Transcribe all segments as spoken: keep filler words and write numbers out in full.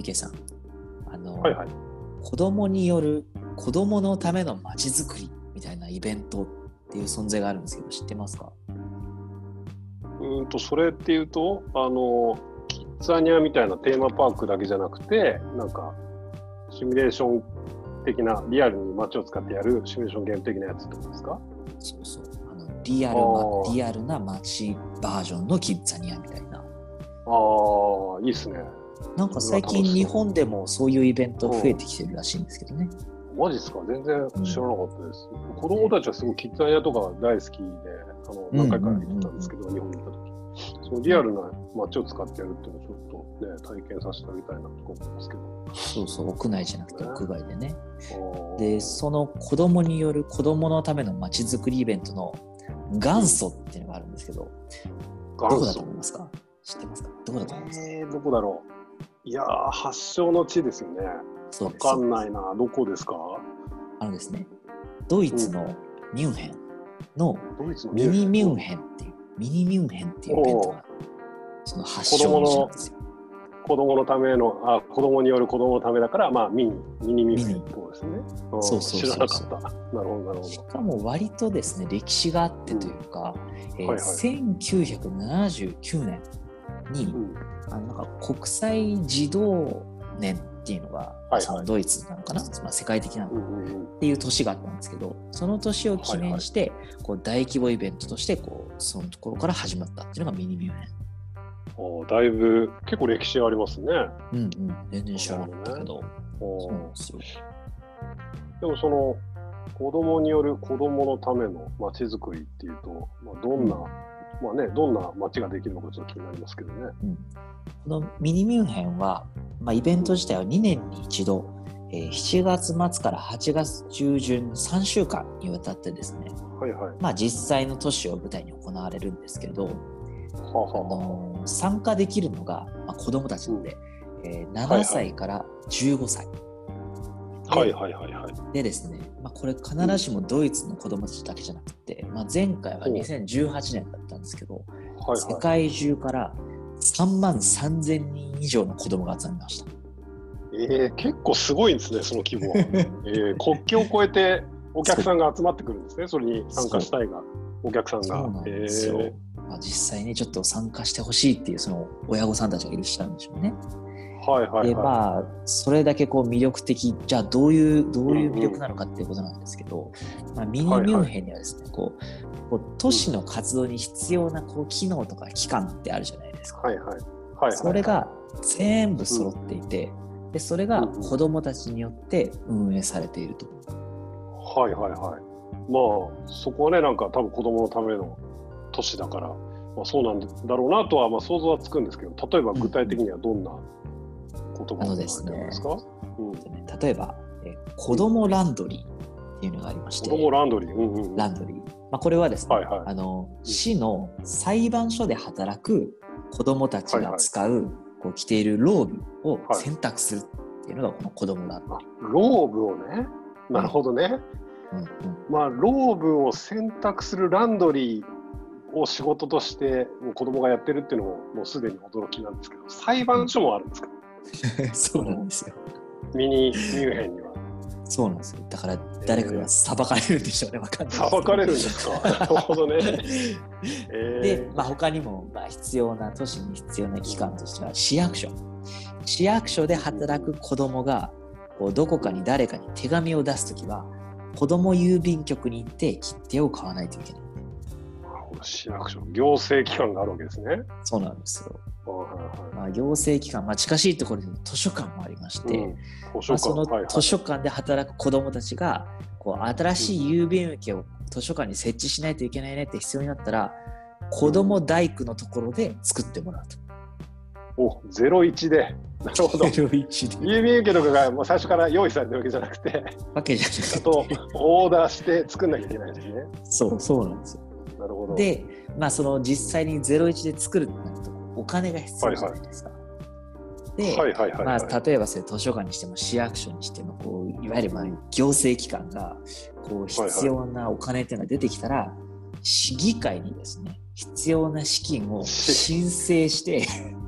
ケーさん、あの、 はいはい。 子供による子供のためのまちづくりみたいなイベントっていう存在があるんですけど、知ってますか？ うーんと、それっていうと、あの、キッザニアみたいなテーマパークだけじゃなくて、なんか、シミュレーション的な、リアルに街を使ってやるシミュレーションゲーム的なやつってことですか？ そうそう。あのリアル、ま、リアルな街バージョンのキッザニアみたいな。 ああ、いいっすね。 なんか最近日本でもそういうイベント増えてきてるらしいんですけどね。 マジっすか？全然知らなかったです。うん、子供たちはすごいキッザニアとか大好きで、あの何回か行ってたんですけど、日本に行った時。そのリアルな街を使ってやるっていうのをちょっとね、体験させてあげたいなと思いますけど。 そうそう、屋内じゃなくて屋外でね。で、その子供による子供のための街づくりイベントの元祖っていうのがあるんですけど、どこだと思いますか？知ってますか？どこだと思いますか？ えー、どこだろう。いやー、発祥の地ですよね。 そうです。 わかんないな。どこですか？ あのですね、ドイツのミュンヘンのミミニミュンヘンっていう、ミニミュンヘンっていうイベントが、その発祥の地なんですよ。 子供のための、あ、子供による子供のためだから、まあ、ミニ、ミニミュンヘンってことですね。 そうそうそう。 知らなかった。なるほど、なるほど。 しかも割とですね、歴史があってというか、うん、えーはいはい、せんきゅうひゃくななじゅうきゅうねんに、うん、あのなんか国際児童年っていうのが、はいはい、そのドイツなのかな、まあ、世界的なのっていう年があったんですけど、その年を記念して、はいはい、こう大規模イベントとしてこうそのところから始まったっていうのがミニミュンヘン。 だいぶ結構歴史ありますね。 うんうん、全然知らなかったけど、ね、そうなんですよ。 でもその子供による子供のための街づくりっていうと、まあ、どんな、うん、まあね、どんな街ができるのかちょっと気になりますけどね。 うん、このミニミュンヘンは、まあ、イベント自体はにねんに一度、えー、しちがつまつからはちがつ中旬さんしゅうかんにわたってですね、 はいはい、 まあ、実際の都市を舞台に行われるんですけど、はあはあ、あのー、参加できるのが、まあ、子どもたちなんで、うんえー、ななさいからじゅうごさい。 はいはいはいはい。 でですね、まあ、これ必ずしもドイツの子どもたちだけじゃなくて、まあ、前回はにせんじゅうはちねんだったんですけど、はいはい、世界中からさんまんさんぜんにん以上の子どもが集まりました。 えー、結構すごいんですね、その規模は。えー、国境を越えてお客さんが集まってくるんですね、それに参加したいが、お客さんが。 そうなんですよ。えーまあ、実際にちょっと参加してほしいっていうその親御さんたちがいらっしゃるんでしょうね。 はいはいはい、 でまあそれだけこう魅力的、じゃあどういうどういう魅力なのかっていうことなんですけど、うんうんまあ、ミニミュンヘンにはですね、はいはい、こうこう都市の活動に必要なこう機能とか機関ってあるじゃないですか。 はいはいはいはい、 それが全部揃っていて、うん、でそれが子どもたちによって運営されていると。 はいはいはい。まあそこはね、なんか多分子どものための都市だから、まあ、そうなんだろうなとはまあ想像はつくんですけど、例えば具体的にはどんなことがあるんですか？ うん、例えば、え子どもランドリーっていうのがありまして、 子どもランドリー、うんうんうん、 ランドリー、まあ、これはですね、 はいはい、 あの市の裁判所で働く子どもたちが使う、はいはい、こう着ているローブを選択するっていうのがこの子どもランドリー。 ローブをね、なるほどね。うんうん、まあローブを選択するランドリーを仕事としてもう子供がやってるっていうのももうすでに驚きなんですけど、裁判所もあるんですか？ そうなんですよ。 ミニミュンヘンには。 そうなんですよ。だから誰かが裁かれるんでしょうね。わかんないですけど。 裁かれるんですか？なるほどね。 えー、で、まあ、他にもまあ必要な都市に必要な機関としては市役所。市役所で働く子供がこうどこかに誰かに手紙を出すときは子供郵便局に行って切手を買わないといけない。 市役所、行政機関があるわけですね。 そうなんですよ。まあ、行政機関、まあ、近しいところで図書館もありまして、うん、図書館、まあ、その図書館で働く子どもたちがこう新しい郵便受けを図書館に設置しないといけないねって必要になったら、子ども大工のところで作ってもらうと。 お、ゼロイチで。なるほど。 ゼロイチで。 郵便受けとかがもう最初から用意されてるわけじゃなくて、 わけじゃなくて、 とオーダーして作んなきゃいけないんですね。 そう、そうなんですよ。 なるほど。 で、まあ、その実際にゼロイチで作るってなるとお金が必要じゃないですか。はいはい、で、はいはいはいはい、まあ、例えばそれ図書館にしても市役所にしてもこういわゆるまあ行政機関がこう必要なお金っていうのが出てきたら、はいはい、市議会にですね必要な資金を申請して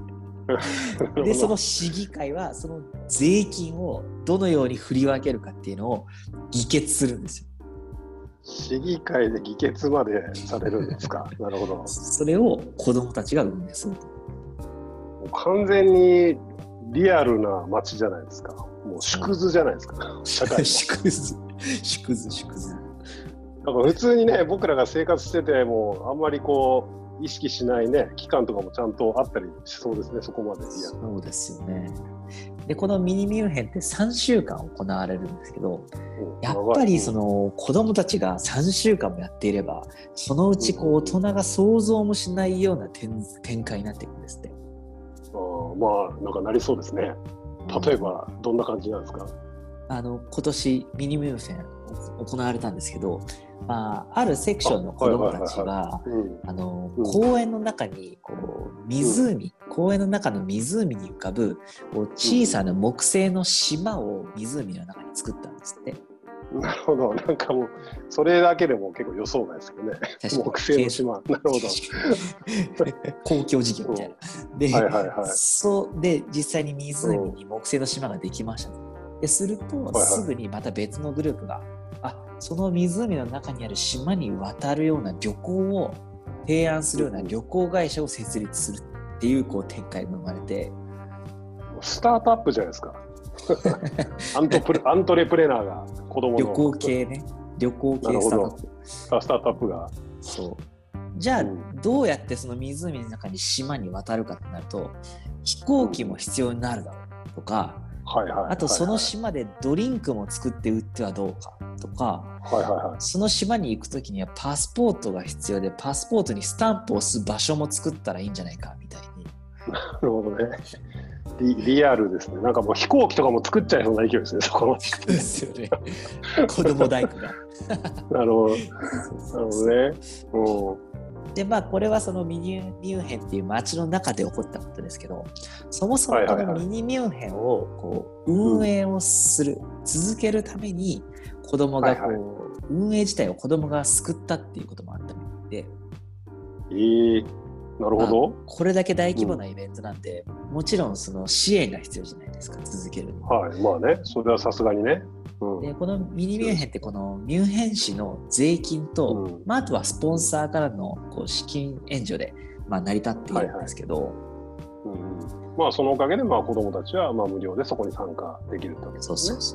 でその市議会はその税金をどのように振り分けるかっていうのを議決するんですよ。 市議会で議決までされるんですか。なるほど。 それを子どもたちが運営すると。 もう完全にリアルな街じゃないですか。もう縮図じゃないですか。社会の縮図縮図縮図。 なんか普通にね、僕らが生活しててもあんまりこう意識しないね、期間とかもちゃんとあったりしそうですね。そこまでリアル。 そうですよね。でこのミニミュンヘンってさんしゅうかん行われるんですけど、やっぱりその子どもたちがさんしゅうかんもやっていれば、そのうちこう大人が想像もしないような 展, 展開になっていくんですって。 あまあなんかなりそうですね。例えばどんな感じなんですか。 あの今年ミニミュンヘン行われたんですけど、まあ、あるセクションの子どもたちが公園の中にこう湖、うん、公園の中の湖に浮かぶこう小さな木製の島を湖の中に作ったんですって。 なるほど。なんかもうそれだけでも結構予想外ですけどね。木製の島。なるほど。 公共事業みたいな。で、はいはいはい、そうで実際に湖に木製の島ができました。ですると、はいはい、すぐにまた別のグループがあその湖の中にある島に渡るような旅行を提案するような旅行会社を設立するっていう、こう展開が生まれて、 スタートアップじゃないですか。アントプレアントレプレナーが子供の旅行系ね、旅行系スタートアップ。 スタートアップが。 そう。じゃあ、うん、どうやってその湖の中に島に渡るかってなると、飛行機も必要になるだろうとか。はいはいはいはい、あとその島でドリンクも作って売ってはどうかとか、はいはいはい、その島に行くときにはパスポートが必要で、パスポートにスタンプを押す場所も作ったらいいんじゃないかみたいに。 なるほどね。リ, リアルですね。なんかもう飛行機とかも作っちゃいそうな勢いですね。そこのそうですよね。子供大工が。 なるほど。なるほどね。うんでまあ、これはそのミニミュンヘンっていう街の中で起こったことですけど、そもそもこのミニミュンヘンをこう運営をする、うん、続けるために子供がこう、はいはい、運営自体を子供が救ったっていうこともあったみたいで、 えー、なるほど、 まあ、これだけ大規模なイベントなんで、うん、もちろんその支援が必要じゃないですか、続けるには。はい、まあね、それはさすがにね。うん、 でこのミニミュンヘンってこのミュンヘン市の税金と、うんまあ、あとはスポンサーからのこう資金援助で、まあ、成り立っているんですけど、はいはいうんまあ、そのおかげでまあ子どもたちはまあ無料でそこに参加できるってわけですね。そうそうそう、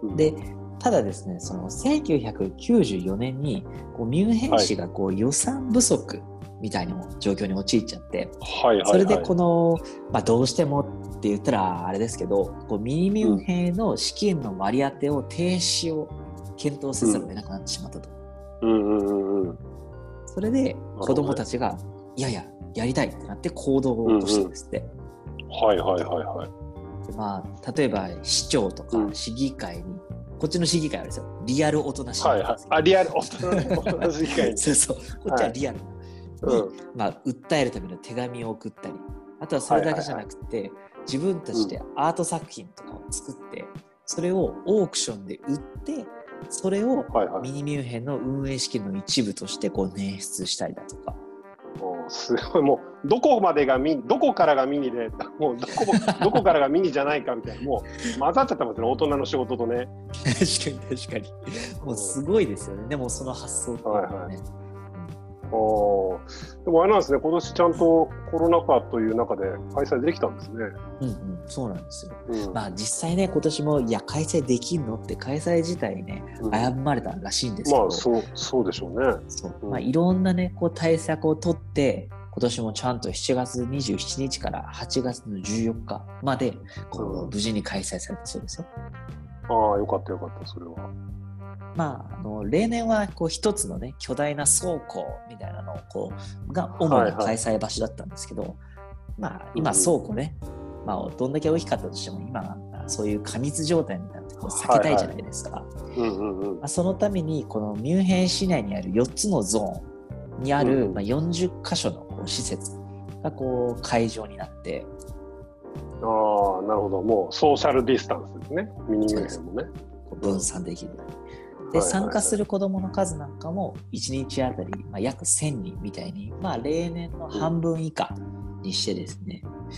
うん、でただですね、そのせんきゅうひゃくきゅうじゅうよねんにこうミュンヘン市がこう予算不足みたいな状況に陥っちゃって、はいはいはい、それでこの、まあ、どうしてもって言ったらあれですけど、こうミニミュンヘンの資金の割り当てを停止を検討せざるを得なくなってしまったと、うんうんうんうん、それで子どもたちが、ね、いやいややりたいってなって行動を起こしたんですって、 うんうん、はいはいはいはい。 でまあ、例えば市長とか市議会に、うん、こっちの市議会はですよ、リアル大人市議会です、はいはい、 あリアル大人市議会そうそう、こっちはリアルな、はいにまあ、訴えるための手紙を送ったり、あとはそれだけじゃなくて、はいはいはい、自分たちでアート作品とかを作って、うん、それをオークションで売って、それをミニミュンヘンの運営資金の一部としてこう捻出したりだとか。 おすごい、もうどこまでがミニ、どこからがミニで、もうどこどこからがミニじゃないかみたいな、もう混ざっちゃってますね、大人の仕事とね。 確かに確かに、もうすごいですよね。でもその発想っていうのはね。はいはい、 あでもあれなんですね、今年ちゃんとコロナ禍という中で開催できたんですね。 うんうん、そうなんですよ。うん、まあ実際ね、今年もいや開催できんのって開催自体にね、うん、危ぶまれたらしいんですけど、 まあそうそうでしょうね。 そう、うん、まあいろんなねこう対策を取って今年もちゃんとしちがつにじゅうしちにちからはちがつのじゅうよっかまでこう、うん、無事に開催されたそうですよ。 ああ、よかったよかったそれは。 まあ、あの例年はこう一つのね巨大な倉庫みたいなのをこうが主に開催場所だったんですけど、はいはい、まあ今倉庫ね、うん、まあどんだけ大きかったとしても今そういう過密状態になってこう避けたいじゃないですか。そのためにこのミュンヘン市内にあるよっつのゾーンにある、うんまあ、よんじゅっかしょのこう施設がこう会場になって。 ああ、なるほど。もうソーシャルディスタンスですね。ミニミュンヘンもね。 分散できる。で参加する子どもの数なんかもいちにちあたり、まあ、約せんにんみたいに、まあ、例年の半分以下にしてですね、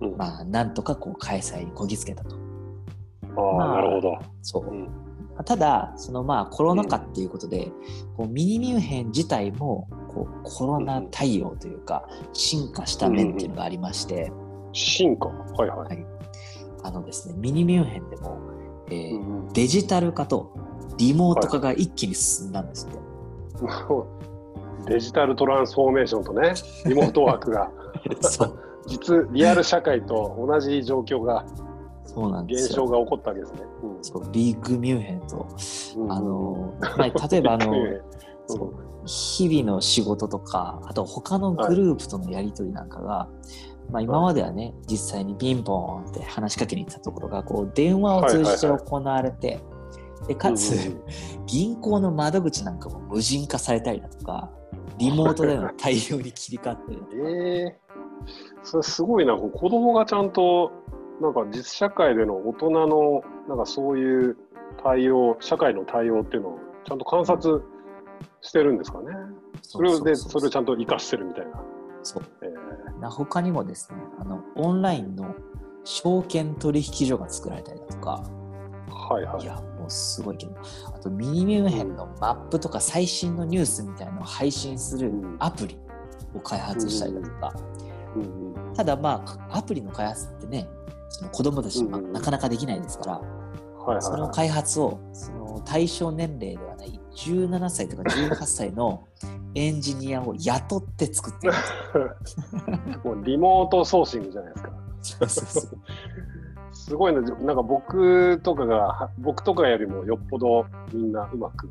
うん、 まあ、なんとかこう開催にこぎつけたと。 ああ、まあ、なるほど。 そう。うん、ただ、そのまあコロナ禍っていうことで、うん、こうミニミュンヘン自体もこうコロナ対応というか、進化した面っていうのがありまして。 うんうん、進化はいはい。はい、 あのですね、ミニミュンヘンでも、えーうんうん、デジタル化とリモート化が一気に進んだんですって。 はい、デジタルトランスフォーメーションとね、リモートワークがそう実リアル社会と同じ状況がそうなんです現象が起こったわけですね。 うん、そうリーグミュンヘンと、うん、あのまあ、例えばあのそう日々の仕事とかあと他のグループとのやり取りなんかが、はい、まあ、今まではね、はい、実際にピンポーンって話しかけに行ったところがこう電話を通じて行われて、はいはいはい、でかつ、うんうん、銀行の窓口なんかも無人化されたりだとかリモートでの対応に切り替わってるとかえーそれすごいな、子供がちゃんとなんか実社会での大人のなんかそういう対応、社会の対応っていうのをちゃんと観察してるんですかね。それでそれをちゃんと生かしてるみたいな。 そう。えー、他にもですね、あのオンラインの証券取引所が作られたりだとか、 はいはい。 いやもうすごいけど、あとミニミュンヘンのマップとか最新のニュースみたいなのを配信するアプリを開発したりだとか。うんうんうんうん、ただまあアプリの開発ってね、その子供たち、まあ、なかなかできないですから、うんうん、その開発をその対象年齢ではないじゅうななさいとかじゅうはっさいのエンジニアを雇って作っているもうリモートソーシングじゃないですか。 そうそうそうすごいな、なんか僕とかが僕とかよりもよっぽどみんなうまく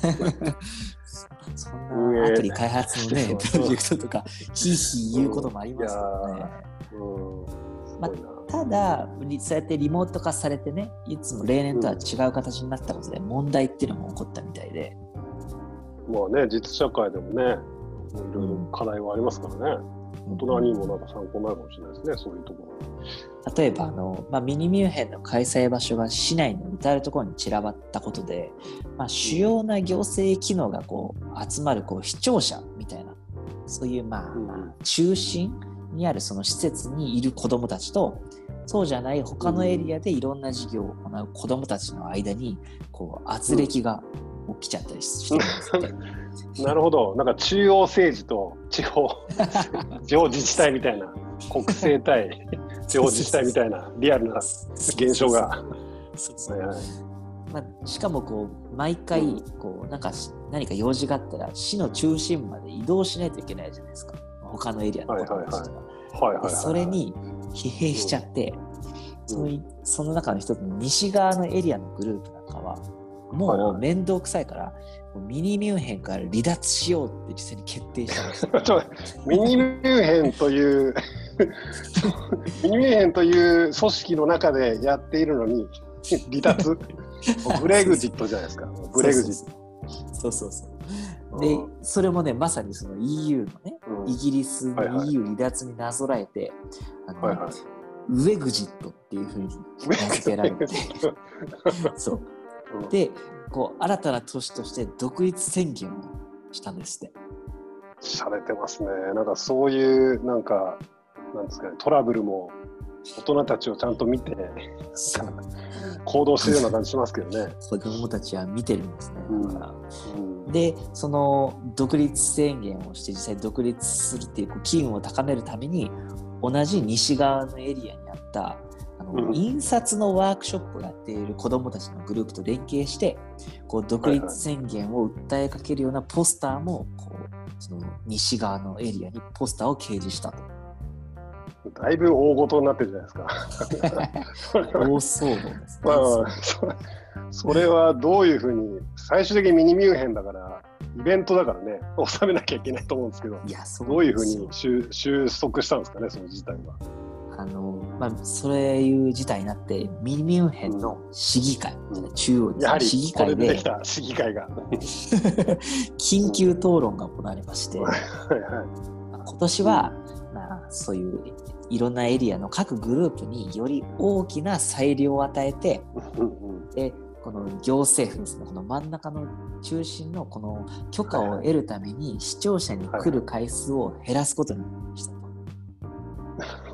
そんなアプリ開発のね、プロジェクトとかひいひい言うこともありますけどね。うんまあ、ただそうやってリモート化されてね、いつも例年とは違う形になったことで問題っていうのも起こったみたいで、 うん、まあね、実社会でもね、いろいろ課題はありますからね、うん、大人にもなんか参考になるかもしれないですね、そういうところ。 例えばあの、まあ、ミニミュンヘンの開催場所が市内の至るところに散らばったことで、まあ、主要な行政機能がこう集まるこう視聴者みたいな、そういうまあ、まあ、中心にあるその施設にいる子どもたちと、そうじゃない他のエリアでいろんな事業を行う子どもたちの間にこう圧力が起きちゃったりしてるんですなるほど、なんか中央政治と地方地方自治体みたいな、国政対地方自治体みたいなリアルな現象が。 まあ、しかもこう毎回こうなんか何か用事があったら市の中心まで移動しないといけないじゃないですか、他のエリアの子たちとか。それに疲弊しちゃって、うん、そのその中の一つの西側のエリアのグループなんかはもう面倒くさいから、はいはい、ミニミュンヘンから離脱しようって実際に決定したんですよ。 ミニミュンヘンというミニミュンヘンという組織の中でやっているのに離脱ブレグジットじゃないですか。ブレグジット。 そうそうそう。で、それもね、まさにその イーユー のね、うん、イギリスの イーユー 離脱になぞらえて、あの、はいはい、ウェグジットっていうふうに名付けられて、そう。で、こう新たな都市として独立宣言をしたんですって。 しゃれてますね。なんかそういうなんかなんですかね、トラブルも大人たちをちゃんと見て行動してるような感じしますけどね。 子供たちは見てるんですね。だから、うんうん、で、その独立宣言をして実際独立するっていう、こう機運を高めるために同じ西側のエリアにあったあの、うん、印刷のワークショップをやっている子どもたちのグループと連携してこう独立宣言を訴えかけるようなポスターもこうその西側のエリアにポスターを掲示したと。 だいぶ大事になってるじゃないですか。 大騒動ですね。 まあ、そ, それはどういうふうに、最終的にミニミュンヘンだからイベントだからね、収めなきゃいけないと思うんですけど、いやそうどういうふうに収束したんですかね、その事態は。 あのまあ、そういう事態になってミニミュンヘンの市議会、うん、中央に市議会で、 やはりこれ出てきた市議会が緊急討論が行われまして、はいはい、今年は、まあ、そういういろんなエリアの各グループにより大きな裁量を与えて、でこの行政府ですね、この真ん中の中心のこの許可を得るために視聴者に来る回数を減らすことにしたと。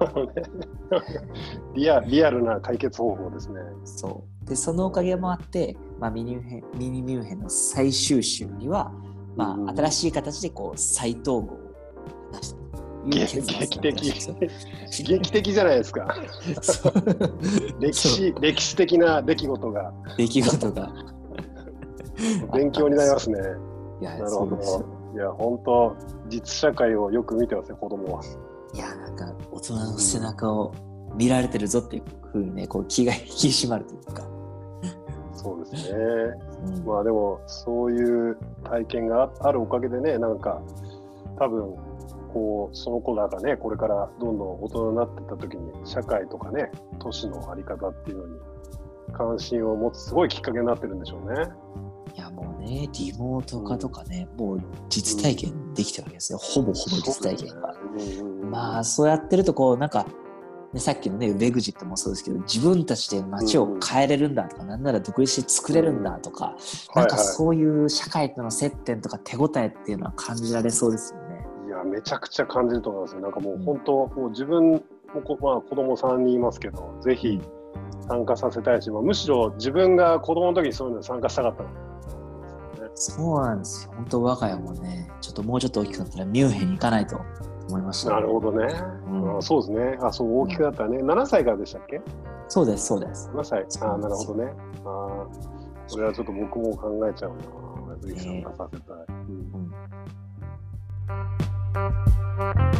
リア、リアルな解決方法ですね。 そうでそのおかげもあって、まあ、ミニミュンヘン、ミニミュンヘンの最終週には、まあ、うん、新しい形でこう再統合を出した劇的劇的じゃないですか。歴史歴史的な出来事が出来事が勉強になりますね。 いや、 なるほど。いや、本当実社会をよく見てますね、子供は。 いや、なんか大人の背中を見られてるぞっていうふうにね、こう気が引き締まるというか。 そうですね。うん、まあでもそういう体験があるおかげでね、なんか多分こうその子らがね、これからどんどん大人になっていった時に社会とかね、都市の在り方っていうのに関心を持つすごいきっかけになってるんでしょうね。 いやもうね、リモート化とかね、うん、もう実体験できてるわけですよ、うん、ほぼほぼ実体験が、ね、うん、まあそうやってるとこうなんか、ね、さっきのねウェグジットもそうですけど、自分たちで街を変えれるんだとか、うん、なんなら独立して作れるんだとか、うん、なんかそういう社会との接点とか手応えっていうのは感じられそうですよね。 いやめちゃくちゃ感じると思いますね。なんかもう本当、うん、もう自分もこ、まあ、子供さんにんいますけど、ぜひ参加させたいし、まあ、むしろ自分が子供の時にそういうのに参加したかったの。 そうなんですよ。本当我が家もね、ちょっともうちょっと大きくなったらミュンヘンに行かないと思いました、ね。なるほどね。うん、そうですね。あ、そう大きくなったらね、うん、ななさいからでしたっけ？ そうですそうです。 ななさい。あ、なるほどね。あ、これはちょっと僕も考えちゃうな。ぜひ参加させたい。えーうんうん